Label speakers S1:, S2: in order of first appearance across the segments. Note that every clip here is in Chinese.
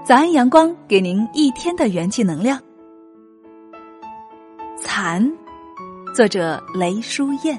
S1: 早安阳光，给您一天的元气能量。蚕，作者雷淑燕。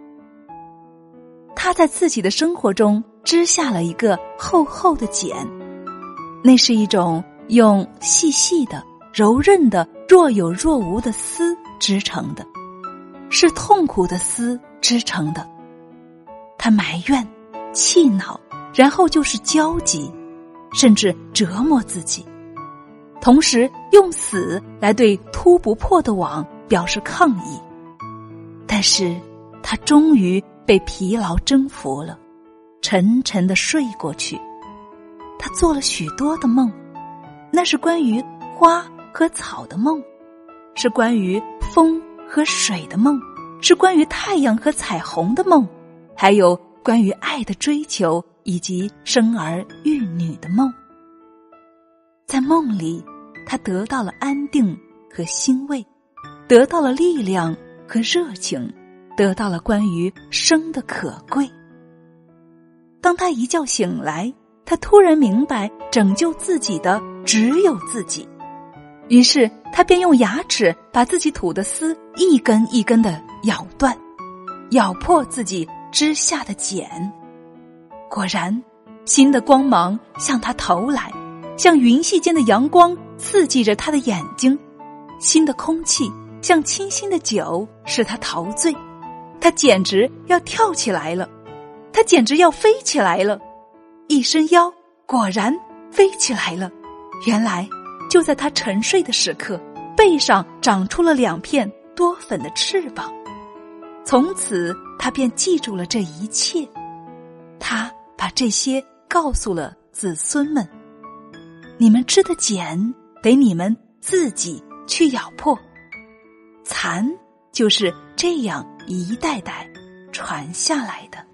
S1: 他在自己的生活中织下了一个厚厚的茧，那是一种用细细的、柔韧的、若有若无的丝织成的，是痛苦的丝织成的。他埋怨、气恼，然后就是焦急，甚至折磨自己，同时用死来对突不破的网表示抗议。但是他终于被疲劳征服了，沉沉地睡过去。他做了许多的梦，那是关于花和草的梦，是关于风和水的梦，是关于太阳和彩虹的梦，还有关于爱的追求以及生儿育女的梦。在梦里，他得到了安定和欣慰，得到了力量和热情，得到了关于生的可贵。当他一觉醒来，他突然明白拯救自己的只有自己，于是他便用牙齿把自己吐的丝一根一根地咬断，咬破自己织下的茧。果然，新的光芒向他投来，像云隙间的阳光刺激着他的眼睛，新的空气像清新的酒使他陶醉。他简直要跳起来了，他简直要飞起来了，一伸腰，果然飞起来了。原来就在他沉睡的时刻，背上长出了2片多粉的翅膀。从此他便记住了这一切，他把这些告诉了子孙们。你们织的茧得你们自己去咬破，蚕就是这样一代代传下来的。